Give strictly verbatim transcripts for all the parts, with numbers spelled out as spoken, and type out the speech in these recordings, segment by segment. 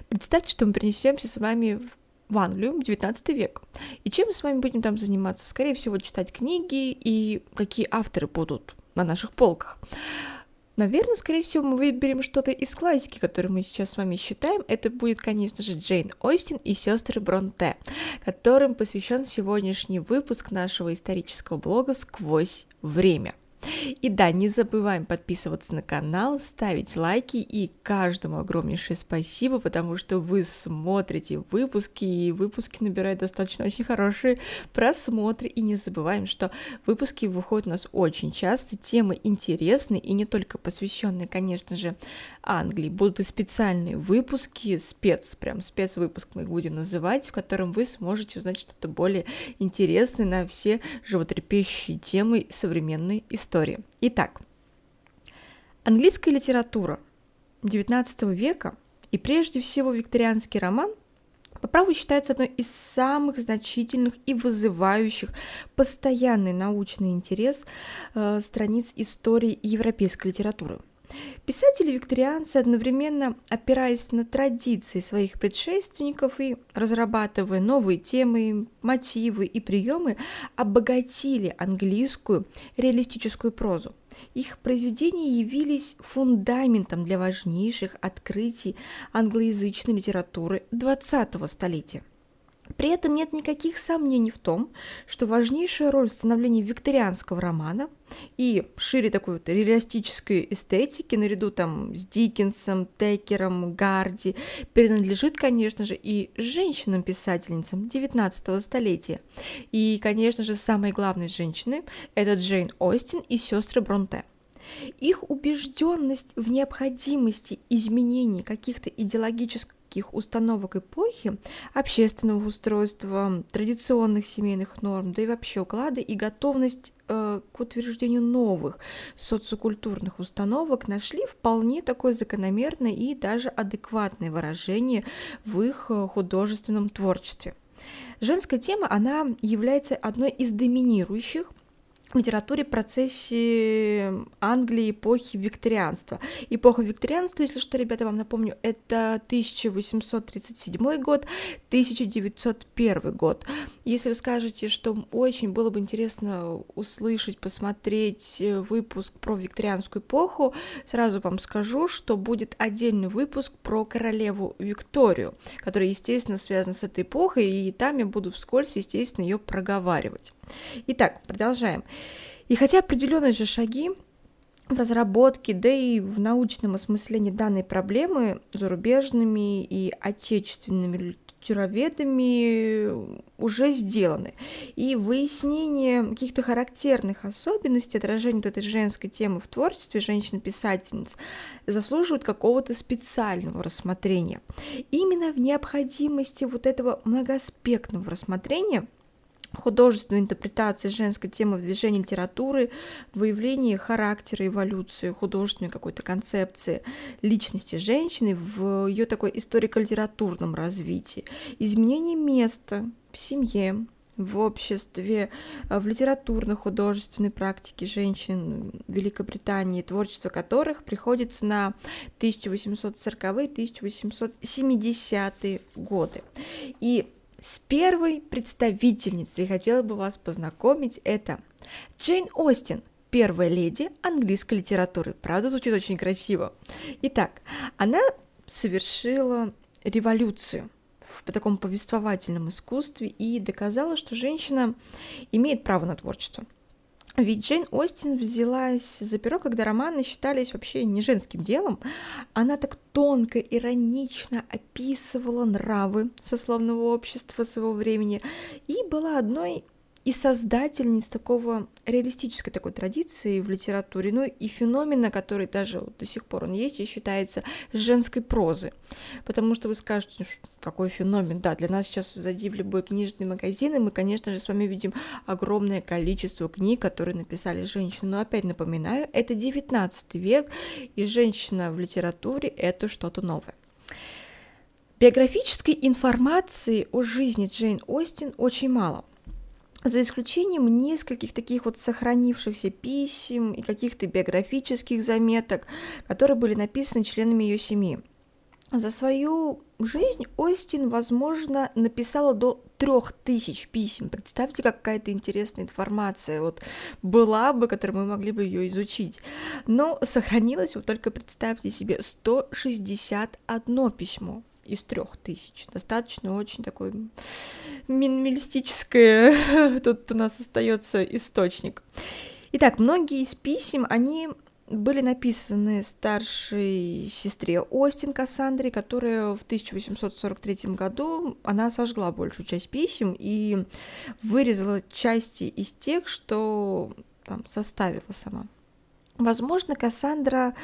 Представьте, что мы перенесемся с вами в Англию, в девятнадцатый век. И чем мы с вами будем там заниматься? Скорее всего, читать книги и какие авторы будут на наших полках. Наверное, скорее всего, мы выберем что-то из классики, которую мы сейчас с вами считаем. Это будет, конечно же, Джейн Остин и сестры Бронте, которым посвящен сегодняшний выпуск нашего исторического блога «Сквозь время». И да, не забываем подписываться на канал, ставить лайки, и каждому огромнейшее спасибо, потому что вы смотрите выпуски, и выпуски набирают достаточно очень хорошие просмотры. И не забываем, что выпуски выходят у нас очень часто, темы интересные, и не только посвященные, конечно же, Англии. Будут и специальные выпуски, спец, прям спецвыпуск мы их будем называть, в котором вы сможете узнать что-то более интересное на все животрепещущие темы современной истории. Итак, английская литература девятнадцатого века и прежде всего викторианский роман по праву считается одной из самых значительных и вызывающих постоянный научный интерес э, страниц истории европейской литературы. Писатели-викторианцы, одновременно опираясь на традиции своих предшественников и разрабатывая новые темы, мотивы и приемы, обогатили английскую реалистическую прозу. Их произведения явились фундаментом для важнейших открытий англоязычной литературы двадцатого столетия. При этом нет никаких сомнений в том, что важнейшая роль в становлении викторианского романа и шире такой вот реалистической эстетики, наряду там с Диккенсом, Теккером, Гарди, принадлежит, конечно же, и женщинам-писательницам девятнадцатого столетия. И, конечно же, самой главной женщины – это Джейн Остин и сестры Бронте. Их убежденность в необходимости изменений каких-то идеологических установок эпохи, общественного устройства, традиционных семейных норм, да и вообще уклада и готовность э, к утверждению новых социокультурных установок нашли вполне такое закономерное и даже адекватное выражение в их художественном творчестве. Женская тема, она является одной из доминирующих в литературе процессе Англии эпохи викторианства. Эпоха викторианства, если что, ребята, вам напомню, это тысяча восемьсот тридцать седьмой год, тысяча девятьсот первый год. Если вы скажете, что очень было бы интересно услышать, посмотреть выпуск про викторианскую эпоху, сразу вам скажу, что будет отдельный выпуск про королеву Викторию, который, естественно, связан с этой эпохой, и там я буду вскользь, естественно, ее проговаривать. Итак, продолжаем. И хотя определенные же шаги в разработке, да и в научном осмыслении данной проблемы зарубежными и отечественными литературоведами уже сделаны, и выяснение каких-то характерных особенностей отражения вот этой женской темы в творчестве женщин-писательниц заслуживают какого-то специального рассмотрения. Именно в необходимости вот этого многоаспектного рассмотрения художественной интерпретации женской темы в движении литературы, выявлении характера, эволюции, художественной какой-то концепции личности женщины в ее такой историко-литературном развитии, изменение места в семье, в обществе, в литературно-художественной практике женщин Великобритании, творчество которых приходится на тысяча восемьсот сороковые - тысяча восемьсот семидесятые годы. И с первой представительницей хотела бы вас познакомить, это Джейн Остин, первая леди английской литературы. Правда, звучит очень красиво. Итак, она совершила революцию в таком повествовательном искусстве и доказала, что женщина имеет право на творчество. Ведь Джейн Остин взялась за перо, когда романы считались вообще не женским делом. Она так тонко, иронично описывала нравы сословного общества своего времени и была одной из создательниц такого реалистической такой традиции в литературе, ну и феномена, который даже вот до сих пор он есть и считается женской прозы. Потому что вы скажете, что какой феномен? Да, для нас сейчас, зайди в любой книжный магазин, и мы, конечно же, с вами видим огромное количество книг, которые написали женщины. Но опять напоминаю, это девятнадцатый век, и женщина в литературе – это что-то новое. Биографической информации о жизни Джейн Остин очень мало. За исключением нескольких таких вот сохранившихся писем и каких-то биографических заметок, которые были написаны членами ее семьи. За свою жизнь Остин, возможно, написала до трех тысяч писем. Представьте, какая-то интересная информация вот была бы, которой мы могли бы ее изучить. Но сохранилось, вот только представьте себе, сто шестьдесят одно письмо из трех тысяч. Достаточно очень такое минималистическое. Тут у нас остается источник. Итак, многие из писем, они были написаны старшей сестре Остин Кассандре, которая в тысяча восемьсот сорок третьем году, она сожгла большую часть писем и вырезала части из тех, что там составила сама. Возможно, Кассандра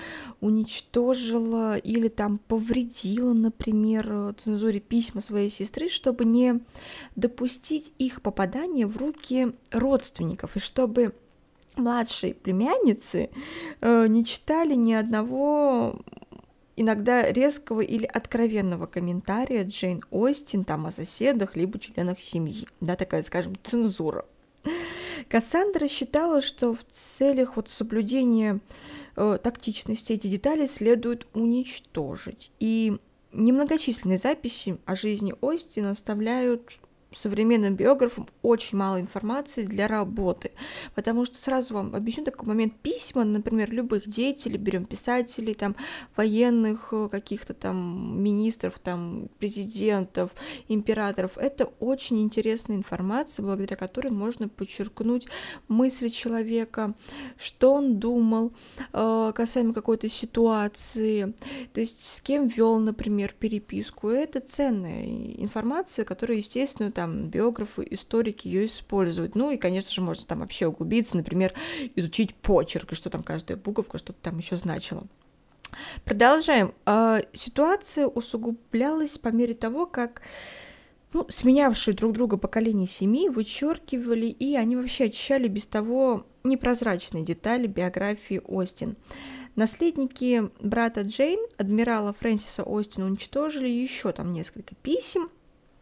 уничтожила или там повредила, например, цензуре письма своей сестры, чтобы не допустить их попадания в руки родственников, и чтобы младшие племянницы э, не читали ни одного иногда резкого или откровенного комментария Джейн Остин там о соседах либо членах семьи, да, такая, скажем, цензура. Кассандра считала, что в целях вот соблюдения э, тактичности эти детали следует уничтожить, и немногочисленные записи о жизни Остин оставляют современным биографам очень мало информации для работы, потому что сразу вам объясню такой момент: письма, например, любых деятелей, берем писателей, там, военных, каких-то там министров, там, президентов, императоров, это очень интересная информация, благодаря которой можно подчеркнуть мысли человека, что он думал э, касаемо какой-то ситуации, то есть с кем вел, например, переписку. Это ценная информация, которая, естественно, там биографы, историки ее используют. Ну и, конечно же, можно там вообще углубиться, например, изучить почерк, и что там каждая буковка, что-то там еще значило. Продолжаем. Ситуация усугублялась по мере того, как ну, сменявшие друг друга поколения семьи вычеркивали, и они вообще очищали без того непрозрачные детали биографии Остин. Наследники брата Джейн, адмирала Фрэнсиса Остина, уничтожили еще там несколько писем.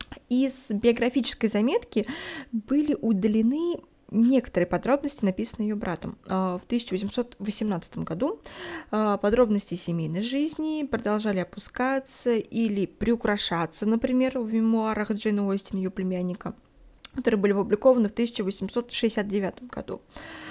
Из биографической заметки были удалены некоторые подробности, написанные ее братом. В тысяча восемьсот восемнадцатом году подробности семейной жизни продолжали опускаться или приукрашаться, например, в мемуарах Джейн Остин, ее племянника, которые были опубликованы в тысяча восемьсот шестьдесят девятом году.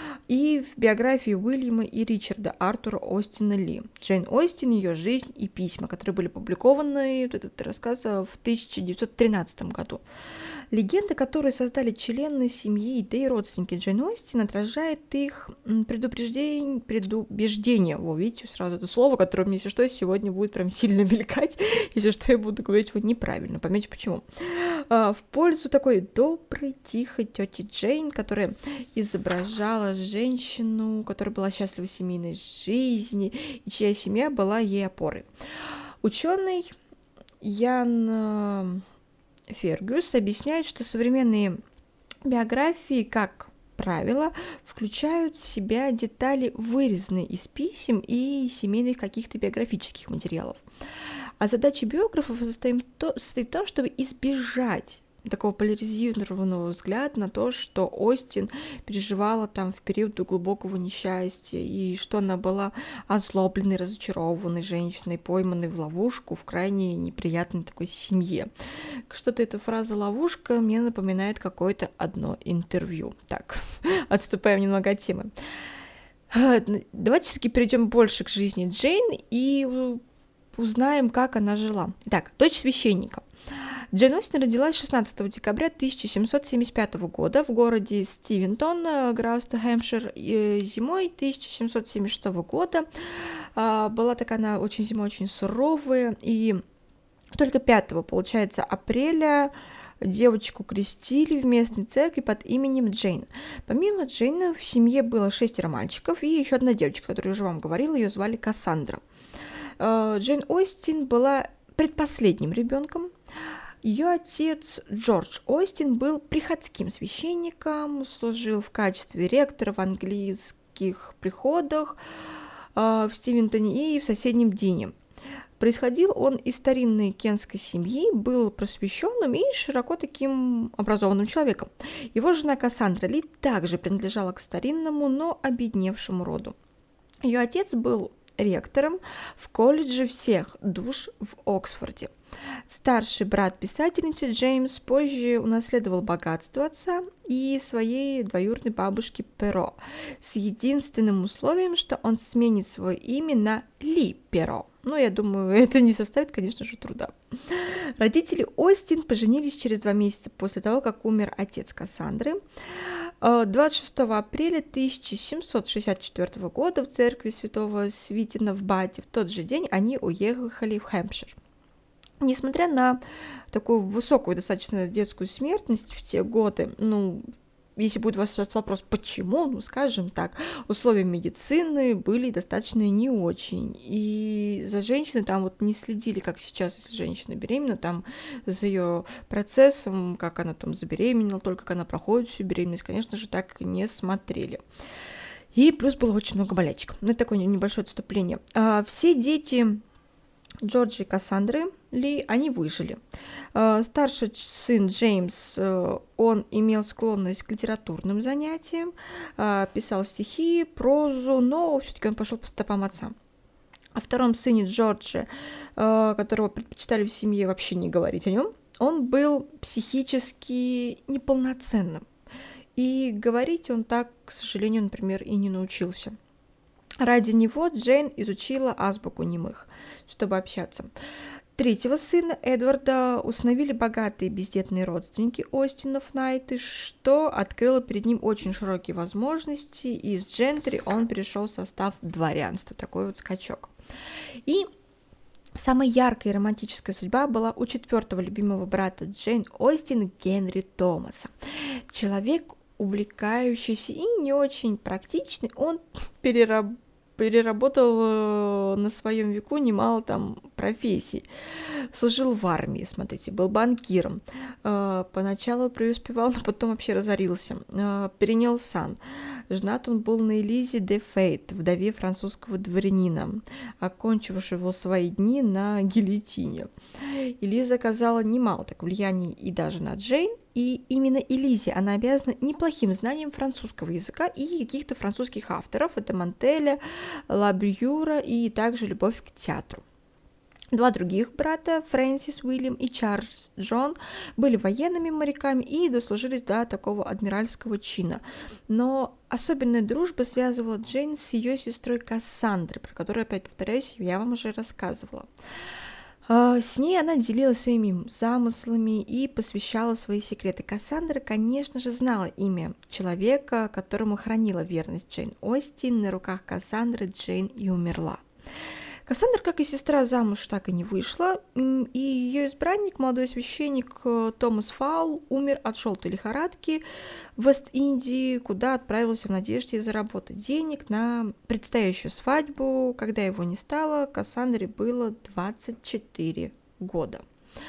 И в биографии Уильяма и Ричарда Артура Остина Ли. Джейн Остин, ее жизнь и письма, которые были опубликованы, вот этот рассказ, в тысяча девятьсот тринадцатом году. Легенды, которые создали члены семьи, да и родственники Джейн Остин, отражает их предупреждение, предубеждение. Во, видите, сразу это слово, которое мне, если что, сегодня будет прям сильно мелькать, если что, я буду говорить вот неправильно, поймете почему. В пользу такой доброй, тихой тети Джейн, которая изображала женщину, которая была счастлива в семейной жизни, и чья семья была ей опорой. Ученый Ян Фергюс объясняет, что современные биографии, как правило, включают в себя детали, вырезанные из писем и семейных каких-то биографических материалов. А задача биографов состоит в том, чтобы избежать такого поляризированного взгляда на то, что Остин переживала там в период глубокого несчастья, и что она была озлобленной, разочарованной женщиной, пойманной в ловушку в крайне неприятной такой семье. Что-то эта фраза «ловушка» мне напоминает какое-то одно интервью. Так, отступаем немного от темы. Давайте все-таки перейдем больше к жизни Джейн и узнаем, как она жила. Итак, дочь священника. Джейн Остин родилась шестнадцатого декабря тысяча семьсот семьдесят пятого года в городе Стивентон, графство Хэмпшир. Зимой тысяча семьсот семьдесят шестого года была такая она очень зимой очень суровая, и только пятого, получается, апреля девочку крестили в местной церкви под именем Джейн. Помимо Джейн в семье было шестеро мальчиков и еще одна девочка, которую уже вам говорила, ее звали Кассандра. Джейн Остин была предпоследним ребенком. Ее отец Джордж Остин был приходским священником, служил в качестве ректора в английских приходах в Стивентоне и в соседнем Дине. Происходил он из старинной кентской семьи, был просвещенным и широко таким образованным человеком. Его жена Кассандра Ли также принадлежала к старинному, но обедневшему роду. Ее отец был ректором в колледже всех душ в Оксфорде. Старший брат писательницы Джеймс позже унаследовал богатство отца и своей двоюродной бабушки Перо, с единственным условием, что он сменит свое имя на Ли Перо. Но я думаю, это не составит, конечно же, труда. Родители Остин поженились через два месяца после того, как умер отец Кассандры. двадцать шестого апреля тысяча семьсот шестьдесят четвёртого года в церкви святого Свитина в Бате в тот же день они уехали в Хэмпшир. Несмотря на такую высокую достаточно детскую смертность в те годы, ну, если будет у вас вопрос, почему, ну, скажем так, условия медицины были достаточно не очень, и за женщиной там вот не следили, как сейчас, если женщина беременна, там за ее процессом, как она там забеременела, только как она проходит всю беременность, конечно же, так не смотрели. И плюс было очень много болячек. Ну, это такое небольшое отступление. А, все дети Джорджа и Кассандры Ли, они выжили. Старший сын Джеймс, он имел склонность к литературным занятиям, писал стихи, прозу, но все-таки он пошел по стопам отца. О втором сыне Джорджа, которого предпочитали в семье вообще не говорить о нем, он был психически неполноценным. И говорить он так, к сожалению, например, и не научился. Ради него Джейн изучила азбуку немых, чтобы общаться. Третьего сына Эдварда усыновили богатые бездетные родственники Остинов Найты, что открыло перед ним очень широкие возможности, и из джентри он перешел в состав дворянства, такой вот скачок. И самая яркая и романтическая судьба была у четвертого любимого брата Джейн Остин Генри Томаса. Человек, увлекающийся и не очень практичный, он перераб... переработал на своем веку немало там профессий. Служил в армии, смотрите, был банкиром. Поначалу преуспевал, но потом вообще разорился. Перенял сан. Женат он был на Элизе де Фейт, вдове французского дворянина, окончившего свои дни на гильотине. Элиза оказала немало так влияний и даже на Джейн, и именно Элизе она обязана неплохим знанием французского языка и каких-то французских авторов. Это Монтеля, Лабрюра и также любовь к театру. Два других брата, Фрэнсис Уильям и Чарльз Джон, были военными моряками и дослужились до такого адмиральского чина. Но особенная дружба связывала Джейн с ее сестрой Кассандрой, про которую, опять повторяюсь, я вам уже рассказывала. С ней она делилась своими замыслами и посвящала свои секреты. Кассандра, конечно же, знала имя человека, которому хранила верность Джейн Остин. На руках Кассандры Джейн и умерла. Кассандра, как и сестра, замуж так и не вышла, и ее избранник, молодой священник Томас Фаул, умер от желтой лихорадки в Вест-Индии, куда отправился в надежде заработать денег на предстоящую свадьбу. Когда его не стало, Кассандре было двадцать четыре года.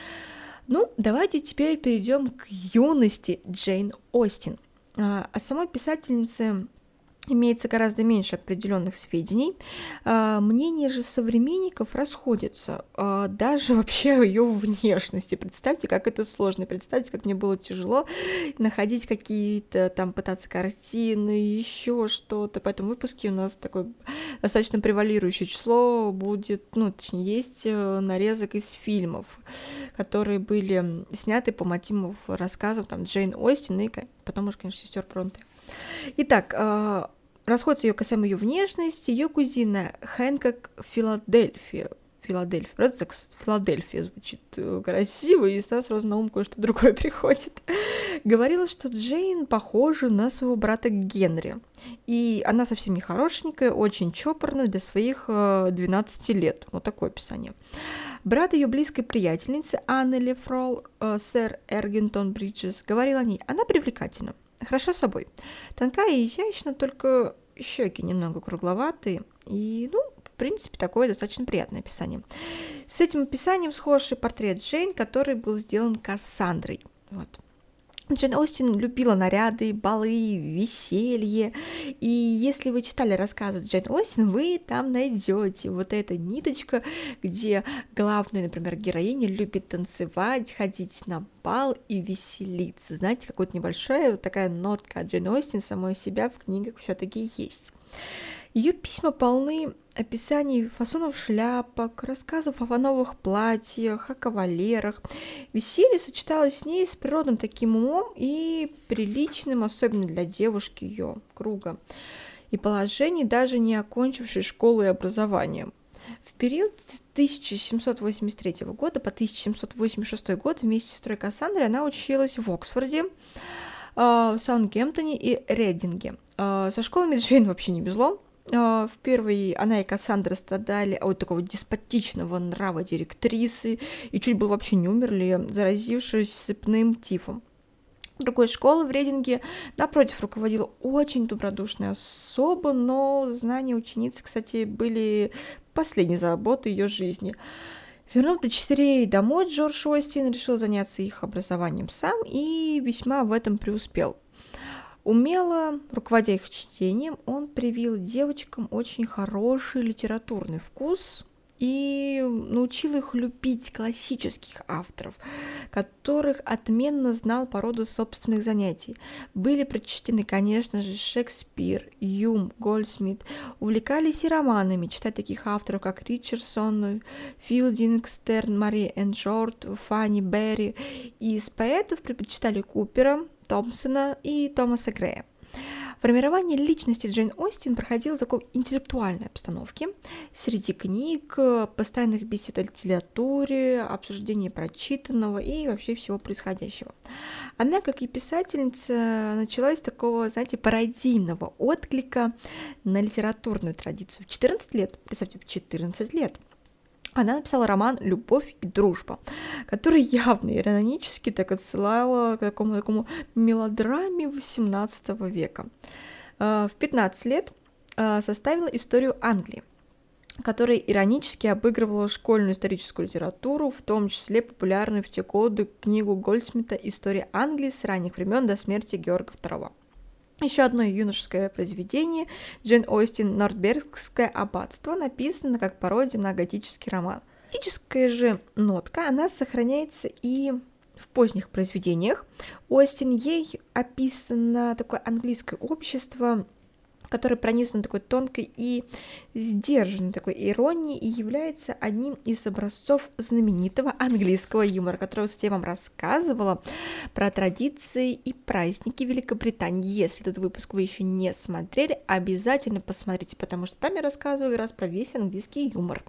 Ну, давайте теперь перейдем к юности Джейн Остин. О самой писательнице имеется гораздо меньше определенных сведений. Мнения же современников расходятся, даже вообще о ее внешности. Представьте, как это сложно. Представьте, как мне было тяжело находить какие-то там, пытаться картины, еще что-то. Поэтому в выпуске у нас такое достаточно превалирующее число будет, ну, точнее, есть нарезок из фильмов, которые были сняты по мотивам рассказов там Джейн Остин и потом уже, конечно, сестер Бронте. Итак, расходится ее касаемо ее внешности. Ее кузина Хэнкок Филадельфия. Филадельфия. Правда, так Филадельфия звучит красиво, и сразу на ум кое-что другое приходит. Говорила, что Джейн похожа на своего брата Генри. И она совсем не хорошенькая, очень чопорная для своих двенадцати лет. Вот такое описание. Брат ее близкой приятельницы Анны Лефрол, сэр Эргинтон Бриджес, говорил о ней: она привлекательна, хороша собой, тонкая и изящна, только щеки немного кругловатые. И, ну, в принципе, такое достаточно приятное описание. С этим описанием схож и портрет Джейн, который был сделан Кассандрой. Вот. Джейн Остин любила наряды, балы, веселье. И если вы читали рассказы Джейн Остин, вы там найдете вот эта ниточка, где главная, например, героиня любит танцевать, ходить на бал и веселиться. Знаете, какая-то небольшая вот такая нотка от Джейн Остин самой себя в книгах все-таки есть. Ее письма полны описаний фасонов шляпок, рассказов о новых платьях, о кавалерах. Веселье сочеталось с ней с природным таким умом и приличным, особенно для девушки ее круга, и положений, даже не окончившей школу и образование. В период с тысяча семьсот восемьдесят третьего года по тысяча семьсот восемьдесят шестой год вместе с сестрой Кассандрой она училась в Оксфорде, в Саутгемптоне и Рейдинге. Со школами Джейн вообще не везло. В первой она и Кассандра страдали от такого деспотичного нрава директрисы и чуть было вообще не умерли, заразившись сыпным тифом. Другой школы в Рейдинге, напротив, руководила очень добродушная особа, но знания ученицы, кстати, были последней заботой ее жизни. Вернув дочерей домой, Джордж Остин решил заняться их образованием сам и весьма в этом преуспел. Умело руководя их чтением, он привил девочкам очень хороший литературный вкус и научил их любить классических авторов, которых отменно знал по роду собственных занятий. Были прочтены, конечно же, Шекспир, Юм, Гольдсмит, увлекались и романами, читать таких авторов, как Ричардсон, Филдинг, Стерн, Мари Энн Шорт, Фанни Берри. Из поэтов предпочитали Купера, Томпсона и Томаса Грея. Формирование личности Джейн Остин проходило в такой интеллектуальной обстановке, среди книг, постоянных бесед о литературе, обсуждении прочитанного и вообще всего происходящего. Она, как и писательница, началась с такого, знаете, пародийного отклика на литературную традицию. В четырнадцать лет, представьте, в четырнадцать лет, она написала роман «Любовь и дружба», который явно иронически так отсылала к такому, такому мелодраме восемнадцатого века. В пятнадцать лет составила историю Англии, которая иронически обыгрывала школьную историческую литературу, в том числе популярную в те годы книгу Гольдсмита «История Англии с ранних времен до смерти Георга второго». Еще одно юношеское произведение Джейн Остин «Нортбергское аббатство» написано как пародия на готический роман. Готическая же нотка, она сохраняется и в поздних произведениях. Остин, ей описано такое английское общество, которое пронизано такой тонкой и сдержанной такой иронией и является одним из образцов знаменитого английского юмора, которого, кстати, я вам рассказывала про традиции и праздники Великобритании. Если этот выпуск вы еще не смотрели, обязательно посмотрите, потому что там я рассказываю раз про весь английский юмор.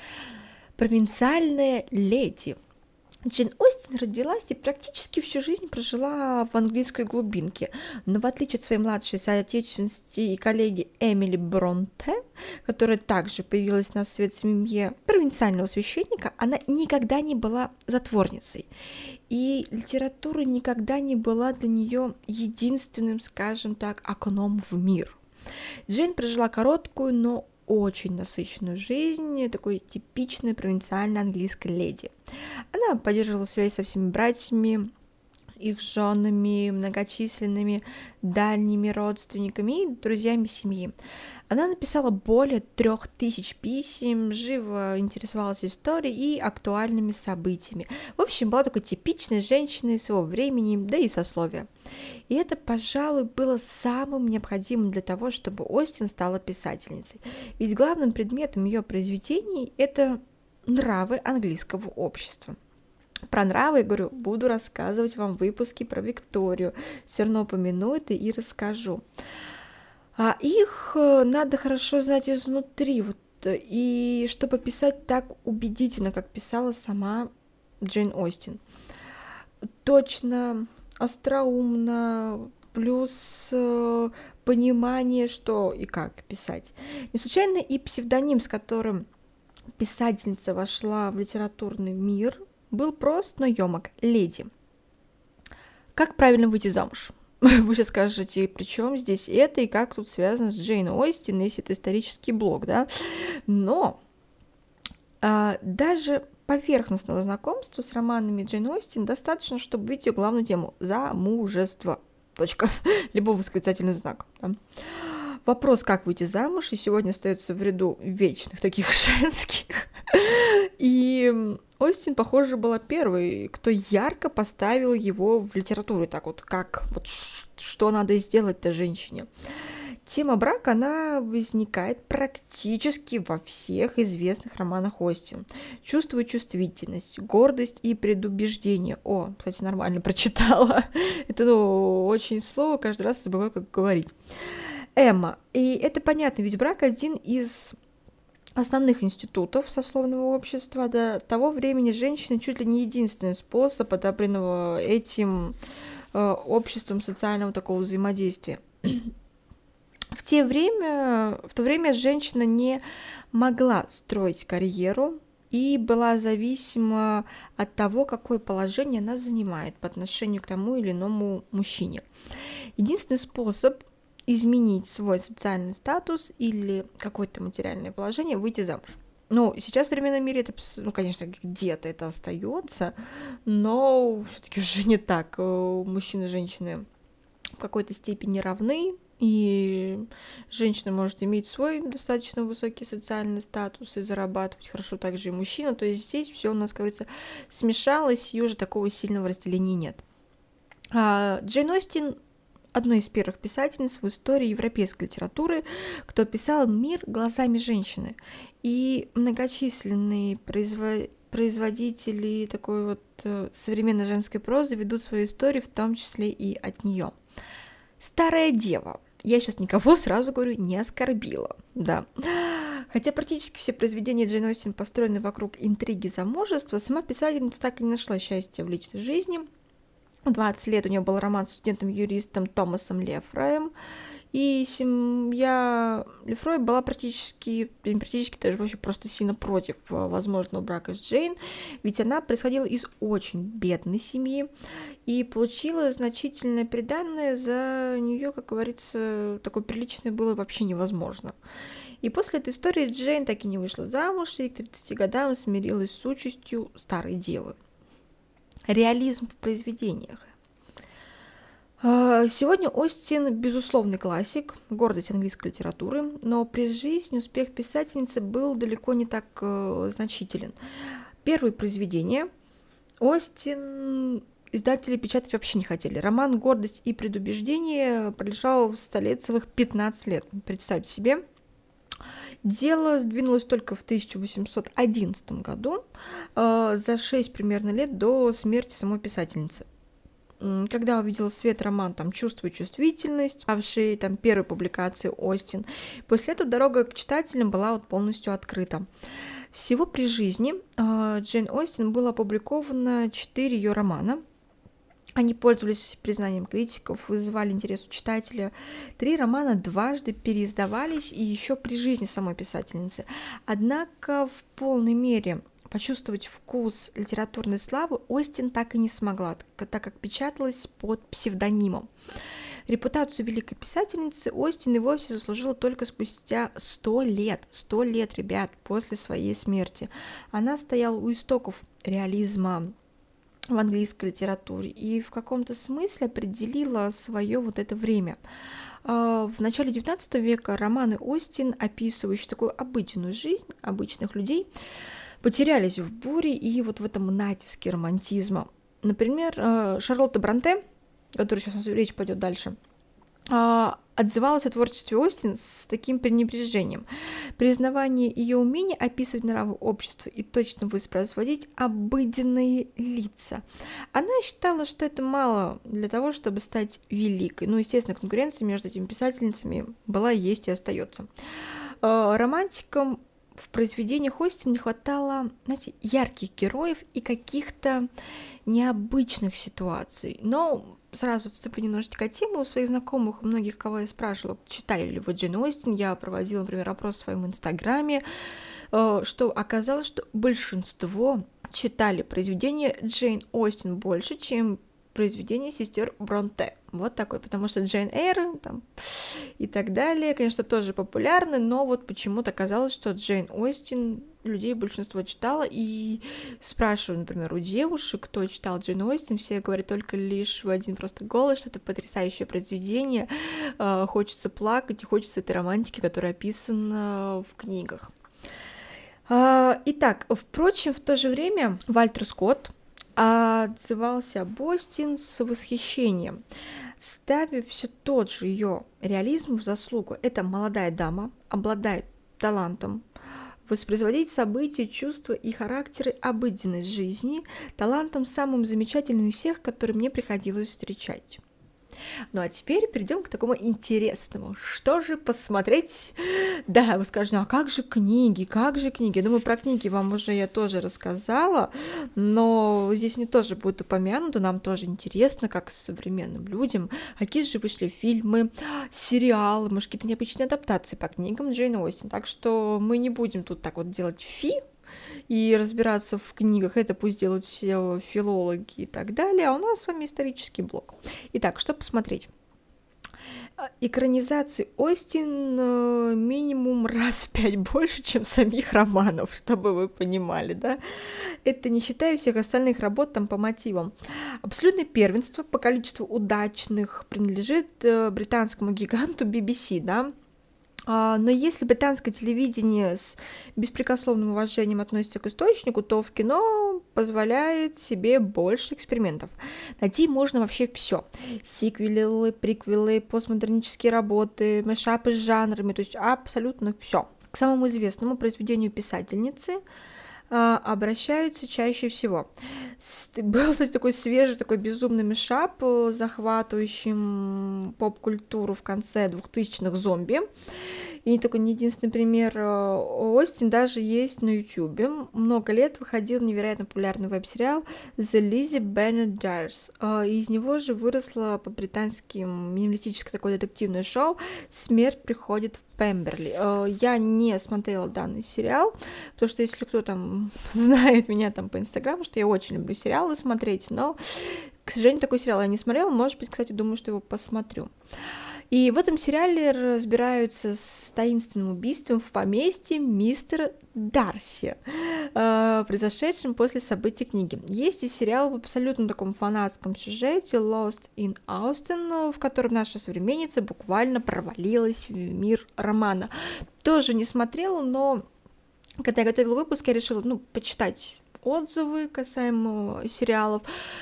Провинциальная леди. Джейн Остин родилась и практически всю жизнь прожила в английской глубинке, но в отличие от своей младшей соотечественницы и коллеги Эмили Бронте, которая также появилась на свет в семье провинциального священника, она никогда не была затворницей, и литература никогда не была для нее единственным, скажем так, окном в мир. Джейн прожила короткую, но очень насыщенную жизнь такой типичной провинциальной английской леди. Она поддерживала связь со всеми братьями, их женами, многочисленными дальними родственниками и друзьями семьи. Она написала более трех тысяч писем, живо интересовалась историей и актуальными событиями. В общем, была такой типичной женщиной своего времени, да и сословия. И это, пожалуй, было самым необходимым для того, чтобы Остин стала писательницей. Ведь главным предметом ее произведений – это нравы английского общества. Про нравы, я говорю, буду рассказывать вам в выпуске про Викторию. Все равно упомяну это и расскажу. А их надо хорошо знать изнутри, вот, и чтобы писать так убедительно, как писала сама Джейн Остин. Точно, остроумно, плюс э, понимание, что и как писать. Не случайно и псевдоним, с которым писательница вошла в литературный мир, был прост, но ёмок – леди. Как правильно выйти замуж? Вы сейчас скажете, при чем здесь это и как тут связано с Джейн Остин, если это исторический блог, да? Но а, даже поверхностного знакомства с романами Джейн Остин достаточно, чтобы увидеть ее главную тему – замужество. Точка. Либо восклицательный знак. Да? Вопрос, как выйти замуж, и сегодня остается в ряду вечных таких женских. И Остин, похоже, была первой, кто ярко поставил его в литературу. Так вот, как, вот что надо сделать-то женщине. Тема брака, она возникает практически во всех известных романах Остин. Чувствую чувствительность, гордость и предубеждение. О, кстати, нормально прочитала. Это, ну, очень слово, каждый раз забываю, как говорить. Эмма. И это понятно, ведь брак один из основных институтов сословного общества. До того времени женщина чуть ли не единственный способ, одобренного этим э, обществом социального такого взаимодействия. В, те время, в то время женщина не могла строить карьеру и была зависима от того, какое положение она занимает по отношению к тому или иному мужчине. Единственный способ изменить свой социальный статус или какое-то материальное положение — выйти замуж. Ну, сейчас в современном мире это, ну, конечно, где-то это остается, но все-таки уже не так. Мужчины и женщины в какой-то степени равны, и женщина может иметь свой достаточно высокий социальный статус и зарабатывать хорошо, также и мужчина. То есть здесь все у нас, как говорится, смешалось, и уже такого сильного разделения нет. А Джейн Остин — одной из первых писательниц в истории европейской литературы, кто писал мир глазами женщины. И многочисленные производители производители такой вот э, современной женской прозы ведут свою историю, в том числе и от нее. Старая дева. Я сейчас никого, сразу говорю, не оскорбила, да. Хотя практически все произведения Джейн Остин построены вокруг интриги замужества, сама писательница так и не нашла счастья в личной жизни. В двадцать лет у нее был роман с студентом-юристом Томасом Лефроем, и семья Лефроя была практически, практически даже вообще просто сильно против возможного брака с Джейн, ведь она происходила из очень бедной семьи и получила значительное приданное. За нее, как говорится, такое приличное было вообще невозможно. И после этой истории Джейн так и не вышла замуж, и к тридцати годам смирилась с участью старой девы. Реализм в произведениях. Сегодня Остин — безусловный классик, гордость английской литературы, но при жизни успех писательницы был далеко не так э, значителен. Первые произведения Остин издатели печатать вообще не хотели. Роман «Гордость и предубеждение» пролежал в столе целых пятнадцать лет, представьте себе. Дело сдвинулось только в тысяча восемьсот одиннадцатом году, э, за шесть примерно лет до смерти самой писательницы. Когда увидела свет роман там «Чувствую чувствительность», ставший там первой публикацией Остин, после этого дорога к читателям была вот полностью открыта. Всего при жизни э, Джейн Остин было опубликовано четыре ее романа. Они пользовались признанием критиков, вызывали интерес у читателя. Три романа дважды переиздавались и еще при жизни самой писательницы. Однако в полной мере почувствовать вкус литературной славы Остин так и не смогла, так как печаталась под псевдонимом. Репутацию великой писательницы Остин и вовсе заслужила только спустя сто лет, сто лет, ребят, после своей смерти. Она стояла у истоков реализма в английской литературе и в каком-то смысле определила свое вот это время. В начале девятнадцатого века романы Остин, описывающие такую обыденную жизнь обычных людей, потерялись в буре и вот в этом натиске романтизма. Например, Шарлотта Бронте, о которой сейчас у нас речь пойдет дальше, отзывалась о творчестве Остин с таким пренебрежением. Признавание ее умения описывать нравы общества и точно воспроизводить обыденные лица. Она считала, что это мало для того, чтобы стать великой. Ну, естественно, конкуренция между этими писательницами была, есть и остается. Романтикам в произведениях Остин не хватало, знаете, ярких героев и каких-то необычных ситуаций. Но сразу отступлю немножечко от темы. У своих знакомых, у многих, кого я спрашивала, читали ли вы Джейн Остин, я проводила, например, опрос в своем инстаграме, что оказалось, что большинство читали произведения Джейн Остин больше, чем произведения сестер Бронте. Вот такой, потому что Джейн Эйр там, и так далее, конечно, тоже популярны, но вот почему-то казалось, что Джейн Остин людей большинство читало, и спрашиваю, например, у девушек, кто читал Джейн Остин, все говорят только лишь в один просто голос, что это потрясающее произведение, хочется плакать, и хочется этой романтики, которая описана в книгах. Итак, впрочем, в то же время Вальтер Скотт отзывался об Остин с восхищением. ставя все тот же ее реализм в заслугу. Это молодая дама, обладает талантом воспроизводить события, чувства и характеры обыденной жизни, талантом самым замечательным из всех, который мне приходилось встречать. Ну а теперь перейдем к такому интересному. Что же посмотреть? Да, вы скажете, а как же книги, как же книги? Я думаю, про книги вам уже я тоже рассказала, но здесь мне тоже будет упомянуто, нам тоже интересно, как современным людям, какие же вышли фильмы, сериалы, может, какие-то необычные адаптации по книгам Джейн Остин. Так что мы не будем тут так вот делать фи, и разбираться в книгах, это пусть делают все филологи и так далее, а у нас с вами исторический блок. Итак, что посмотреть? Экранизаций Остин минимум раз в пять больше, чем самих романов, чтобы вы понимали, да? Это не считая всех остальных работ там по мотивам. Абсолютное первенство по количеству удачных принадлежит британскому гиганту би би си, да? Но если британское телевидение с беспрекословным уважением относится к источнику, то в кино позволяет себе больше экспериментов. Найти можно вообще все: сиквелы, приквелы, постмодернистские работы, мэшапы с жанрами, то есть абсолютно все. К самому известному произведению писательницы обращаются чаще всего. Был, кстати, такой свежий, такой безумный мешап, захватывающий поп-культуру в конце двухтысячных, «Зомби». И не такой не единственный пример. Остин даже есть на Ютубе. Много лет выходил невероятно популярный веб-сериал The Lizzie Bennet Diaries. Из него же выросло по-британски минималистическое такое детективное шоу «Смерть приходит в Пемберли». Я не смотрела данный сериал, потому что если кто там знает меня там по Инстаграму, что я очень люблю сериалы смотреть, но, к сожалению, такой сериал я не смотрела. Может быть, кстати, думаю, что его посмотрю. И в этом сериале разбираются с таинственным убийством в поместье мистера Дарси, э, произошедшим после событий книги. Есть и сериал в абсолютно таком фанатском сюжете Lost in Austin, в котором наша современница буквально провалилась в мир романа. Тоже не смотрела, но когда я готовила выпуск, я решила, ну, почитать отзывы касаемо сериалов.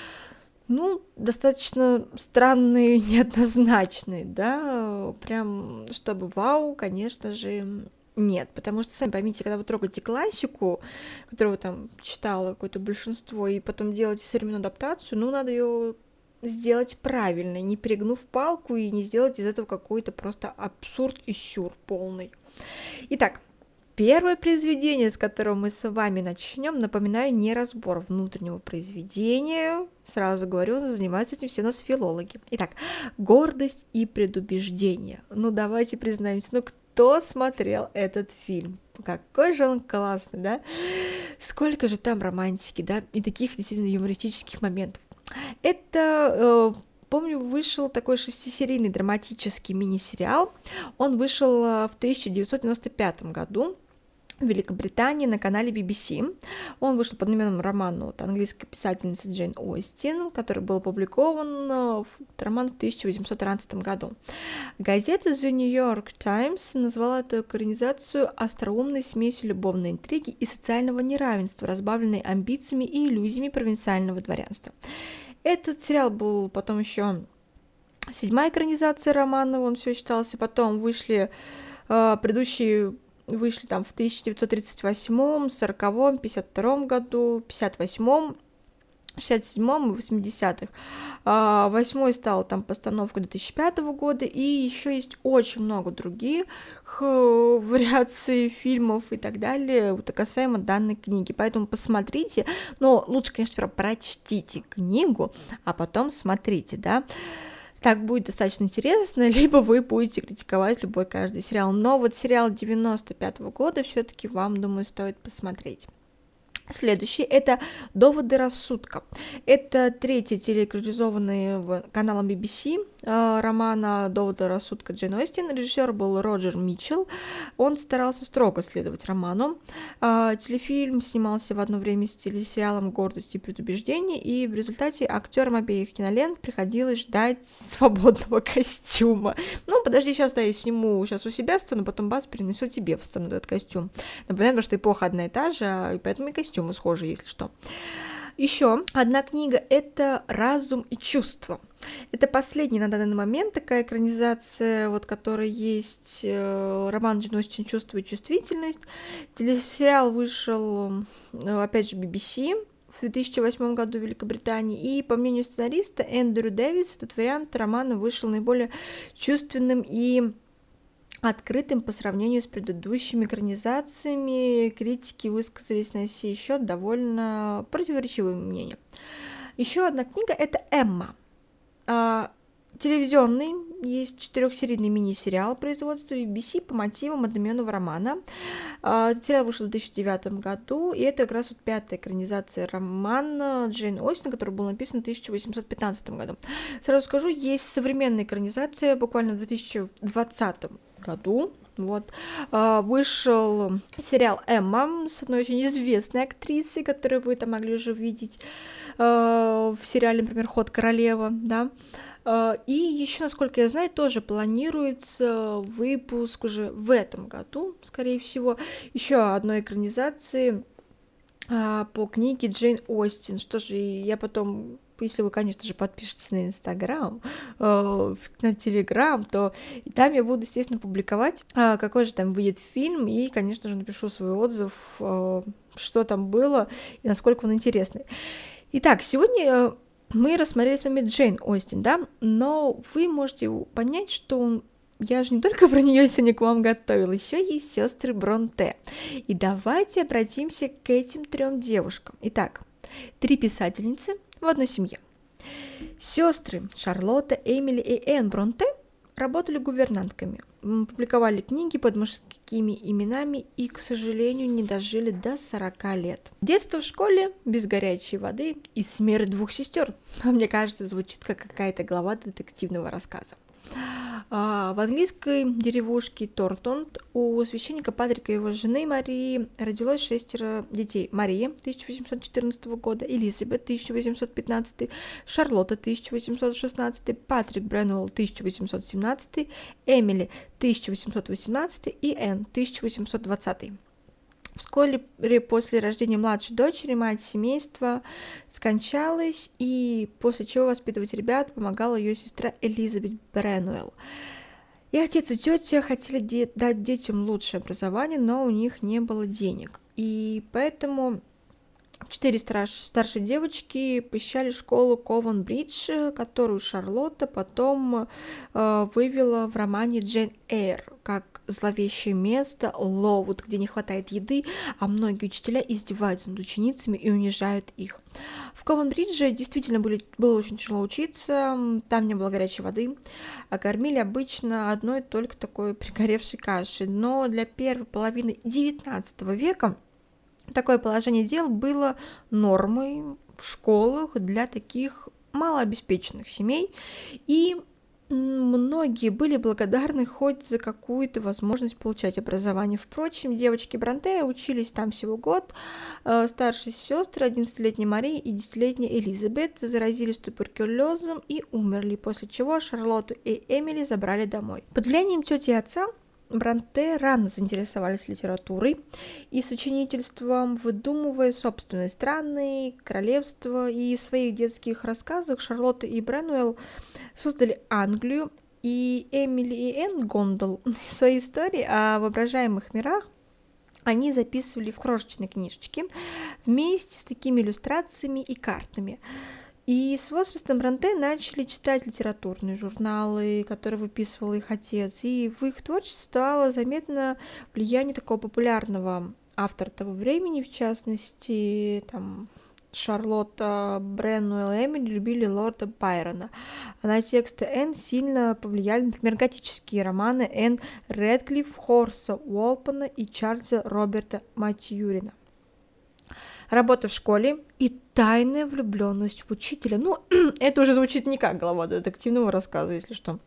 Ну, достаточно странные, неоднозначные, да, прям, чтобы вау, конечно же, нет, потому что, сами поймите, когда вы трогаете классику, которую вы там читала какое-то большинство, и потом делаете современную адаптацию, ну, надо ее сделать правильно, не перегнув палку и не сделать из этого какой-то просто абсурд и сюр полный. Итак, первое произведение, с которого мы с вами начнем, напоминаю, не разбор внутреннего произведения. Сразу говорю, занимаются этим все у нас филологи. Итак, «Гордость и предубеждение». Ну, давайте признаемся, ну, кто смотрел этот фильм? Какой же он классный, да? Сколько же там романтики, да? И таких действительно юмористических моментов. Это... Э, Помню, вышел такой шестисерийный драматический мини-сериал. Он вышел в тысяча девятьсот девяносто пятом году в Великобритании на канале би би си. Он вышел под именем романа от английской писательницы Джейн Остин, который был опубликован роман в тысяча восемьсот тринадцатом году. Газета The New York Times назвала эту экранизацию остроумной смесью любовной интриги и социального неравенства, разбавленной амбициями и иллюзиями провинциального дворянства. Этот сериал был потом еще седьмая экранизация романа, он все считался. Потом вышли э, предыдущие, вышли там в тысяча девятьсот тридцать восьмом, сороковом, пятьдесят втором году, пятьдесят восьмом, шестьдесят седьмом и восьмидесятых. А, восьмой стал там постановка две тысячи пятого года, и еще есть очень много других вариаций фильмов и так далее, вот касаемо данной книги. Поэтому посмотрите, но лучше, конечно, сперва прочтите книгу, а потом смотрите, да. Так будет достаточно интересно, либо вы будете критиковать любой каждый сериал. Но вот сериал девяносто пятого года все-таки вам, думаю, стоит посмотреть. Следующий — это «Доводы рассудка». Это третий телеэкранизованный каналом би би си э, романа «Доводы рассудка» Джейн Остин. Режиссер был Роджер Митчелл. Он старался строго следовать роману. Э, телефильм снимался в одно время с телесериалом «Гордость и предубеждение», и в результате актерам обеих кинолент приходилось ждать свободного костюма. Ну, подожди, сейчас да, я сниму сейчас у себя сцену, потом бас перенесу тебе в сцену этот костюм. Напоминаю, что эпоха одна и та же, и поэтому и костюм схожи, если что. Еще одна книга — это «Разум и чувства». Это последняя на данный момент такая экранизация, вот, которая есть, э, роман Джейн Остин «Чувство и чувствительность». Телесериал вышел, э, опять же, би би си в две тысячи восьмом году в Великобритании, и, по мнению сценариста Эндрю Дэвис, этот вариант романа вышел наиболее чувственным и открытым по сравнению с предыдущими экранизациями. Критики высказались на сей счет довольно противоречивые мнения. Еще одна книга — это «Эмма». А, телевизионный, есть четырехсерийный мини-сериал производства би би си по мотивам одноименного романа. А, этот сериал вышел в две тысячи девятом году, и это как раз вот пятая экранизация романа Джейн Остин, который был написан в тысяча восемьсот пятнадцатом году. Сразу скажу, есть современная экранизация буквально в две тысячи двадцатом году. Вот. Вышел сериал «Эмма» с одной очень известной актрисой, которую вы там могли уже видеть в сериале, например, «Ход королева», да. И еще, насколько я знаю, тоже планируется выпуск уже в этом году, скорее всего, еще одной экранизации по книге Джейн Остин. Что же, я потом, если вы, конечно же, подпишетесь на Инстаграм, э, на Телеграм, то там я буду, естественно, публиковать, э, какой же там выйдет фильм, и, конечно же, напишу свой отзыв, э, что там было и насколько он интересный. Итак, сегодня мы рассмотрели с вами Джейн Остин, да, но вы можете понять, что он я же не только про нее сегодня к вам готовила, еще есть сестры Бронте. И давайте обратимся к этим трем девушкам. Итак, три писательницы в одной семье. Сестры Шарлотта, Эмили и Энн Бронте работали гувернантками, публиковали книги под мужскими именами и, к сожалению, не дожили до сорока лет. Детство в школе без горячей воды и смерть двух сестер. Мне кажется, звучит как какая-то глава детективного рассказа. В английской деревушке Тортон у священника Патрика и его жены Марии родилось шестеро детей. Мария тысяча восемьсот четырнадцатого года, Элизабет тысяча восемьсот пятнадцатый, Шарлотта тысяча восемьсот шестнадцатый, Патрик Бренуэлл тысяча восемьсот семнадцатый, Эмили тысяча восемьсот восемнадцатый и Энн тысяча восемьсот двадцатый. Вскоре после рождения младшей дочери мать семейства скончалась, и после чего воспитывать ребят помогала ее сестра Элизабет Бренуэлл. И отец и тетя хотели де- дать детям лучшее образование, но у них не было денег. И поэтому четыре старш- старшие девочки посещали школу Ковен-Бридж, которую Шарлотта потом э, вывела в романе Джейн Эйр как зловещее место Ловуд, где не хватает еды, а многие учителя издеваются над ученицами и унижают их. В Ковен-Бридже действительно были, было очень тяжело учиться, там не было горячей воды, а кормили обычно одной только такой пригоревшей кашей. Но для первой половины девятнадцатого века такое положение дел было нормой в школах для таких малообеспеченных семей, и многие были благодарны хоть за какую-то возможность получать образование. Впрочем, девочки Бронте учились там всего год. Старшие сестры, одиннадцатилетняя Мария и десятилетняя Элизабет, заразились туберкулезом и умерли, после чего Шарлотту и Эмили забрали домой. Под влиянием тети и отца Бронте рано заинтересовались литературой и сочинительством, выдумывая собственные страны, королевства, и в своих детских рассказах Шарлотта и Бренуэлл создали Англию, и Эмили и Энн Гондол свои истории о воображаемых мирах они записывали в крошечные книжечки вместе с такими иллюстрациями и картами. И с возрастом Бронте начали читать литературные журналы, которые выписывал их отец, и в их творчестве стало заметно влияние такого популярного автора того времени, в частности, там, Шарлотта, Бренуэлл и Эмили любили лорда Байрона. А на тексты Энн сильно повлияли, например, готические романы Энн Рэдклифф, Хорса Уолпона и Чарльза Роберта Матьюрина. Работа в школе и тайная влюбленность в учителя. Ну, это уже звучит не как глава детективного рассказа, если что.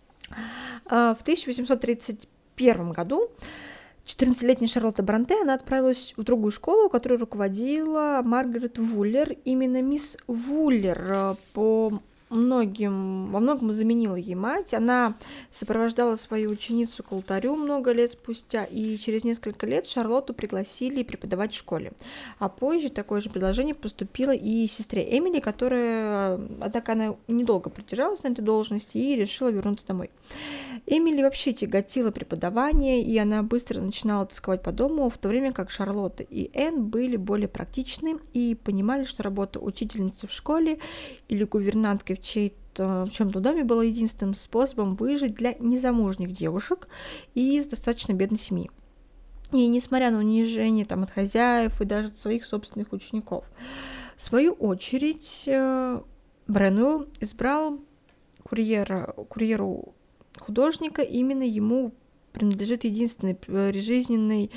В тысяча восемьсот тридцать первом году четырнадцатилетняя Шарлотта Бронте, она отправилась в другую школу, которую руководила Маргарет Вуллер. Именно мисс Вуллер по многим, во многом заменила ей мать. Она сопровождала свою ученицу к алтарю много лет спустя, и через несколько лет Шарлотту пригласили преподавать в школе. А позже такое же предложение поступило и сестре Эмили, которая, однако, она недолго продержалась на этой должности и решила вернуться домой. Эмили вообще тяготила преподавание, и она быстро начинала тосковать по дому, в то время как Шарлотта и Энн были более практичны и понимали, что работа учительницы в школе или гувернанткой в чьей-то, в чем-то доме была единственным способом выжить для незамужних девушек из достаточно бедной семьи. И несмотря на унижение там, от хозяев и даже от своих собственных учеников. В свою очередь, Бренуэлл избрал курьера, курьеру художника, именно ему принадлежит единственный прижизненный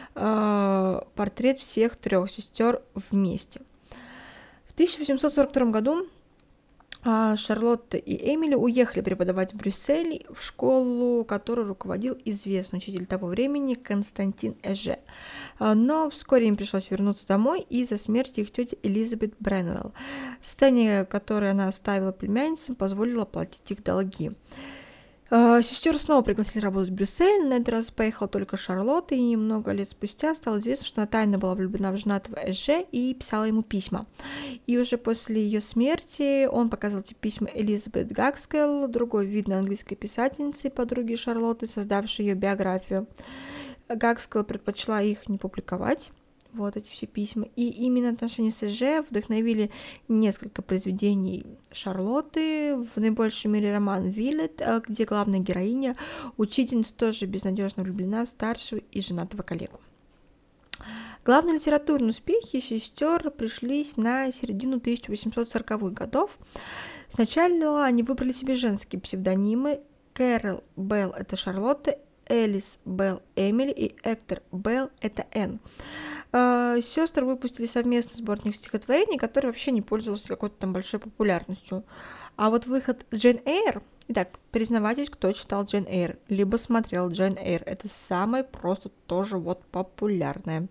э, портрет всех трех сестер вместе. В тысяча восемьсот сорок втором году э, Шарлотта и Эмили уехали преподавать в Брюссель в школу, которой руководил известный учитель того времени Константин Эже. Э, но вскоре им пришлось вернуться домой из-за смерти их тети Элизабет Бренуэлл. Состояние, которое она оставила племянницам, позволило оплатить их долги. Сестер снова пригласили работать в Брюссель, на этот раз поехала только Шарлотта, и много лет спустя стало известно, что она тайно была влюблена в женатого Эже и писала ему письма. И уже после ее смерти он показал эти письма Элизабет Гакскелл, другой видной английской писательнице и подруге Шарлотты, создавшей ее биографию. Гакскелл предпочла их не публиковать. Вот эти все письма. И именно отношения с Эже вдохновили несколько произведений Шарлотты, в наибольшей мере роман «Виллет», где главная героиня, учительница, тоже безнадежно влюблена в старшего и женатого коллегу. Главные литературные успехи сестер пришлись на середину тысяча восемьсот сороковых годов. Сначала они выбрали себе женские псевдонимы. Кэрол Белл — это Шарлотта, Элис Белл — Эмили и Эктор Белл — это Энн. Сестры выпустили совместный сборник стихотворений, который вообще не пользовался какой-то там большой популярностью. А вот выход Джейн Эйр, итак, признавайтесь, кто читал Джейн Эйр, либо смотрел Джейн Эйр, это самое просто тоже вот популярное,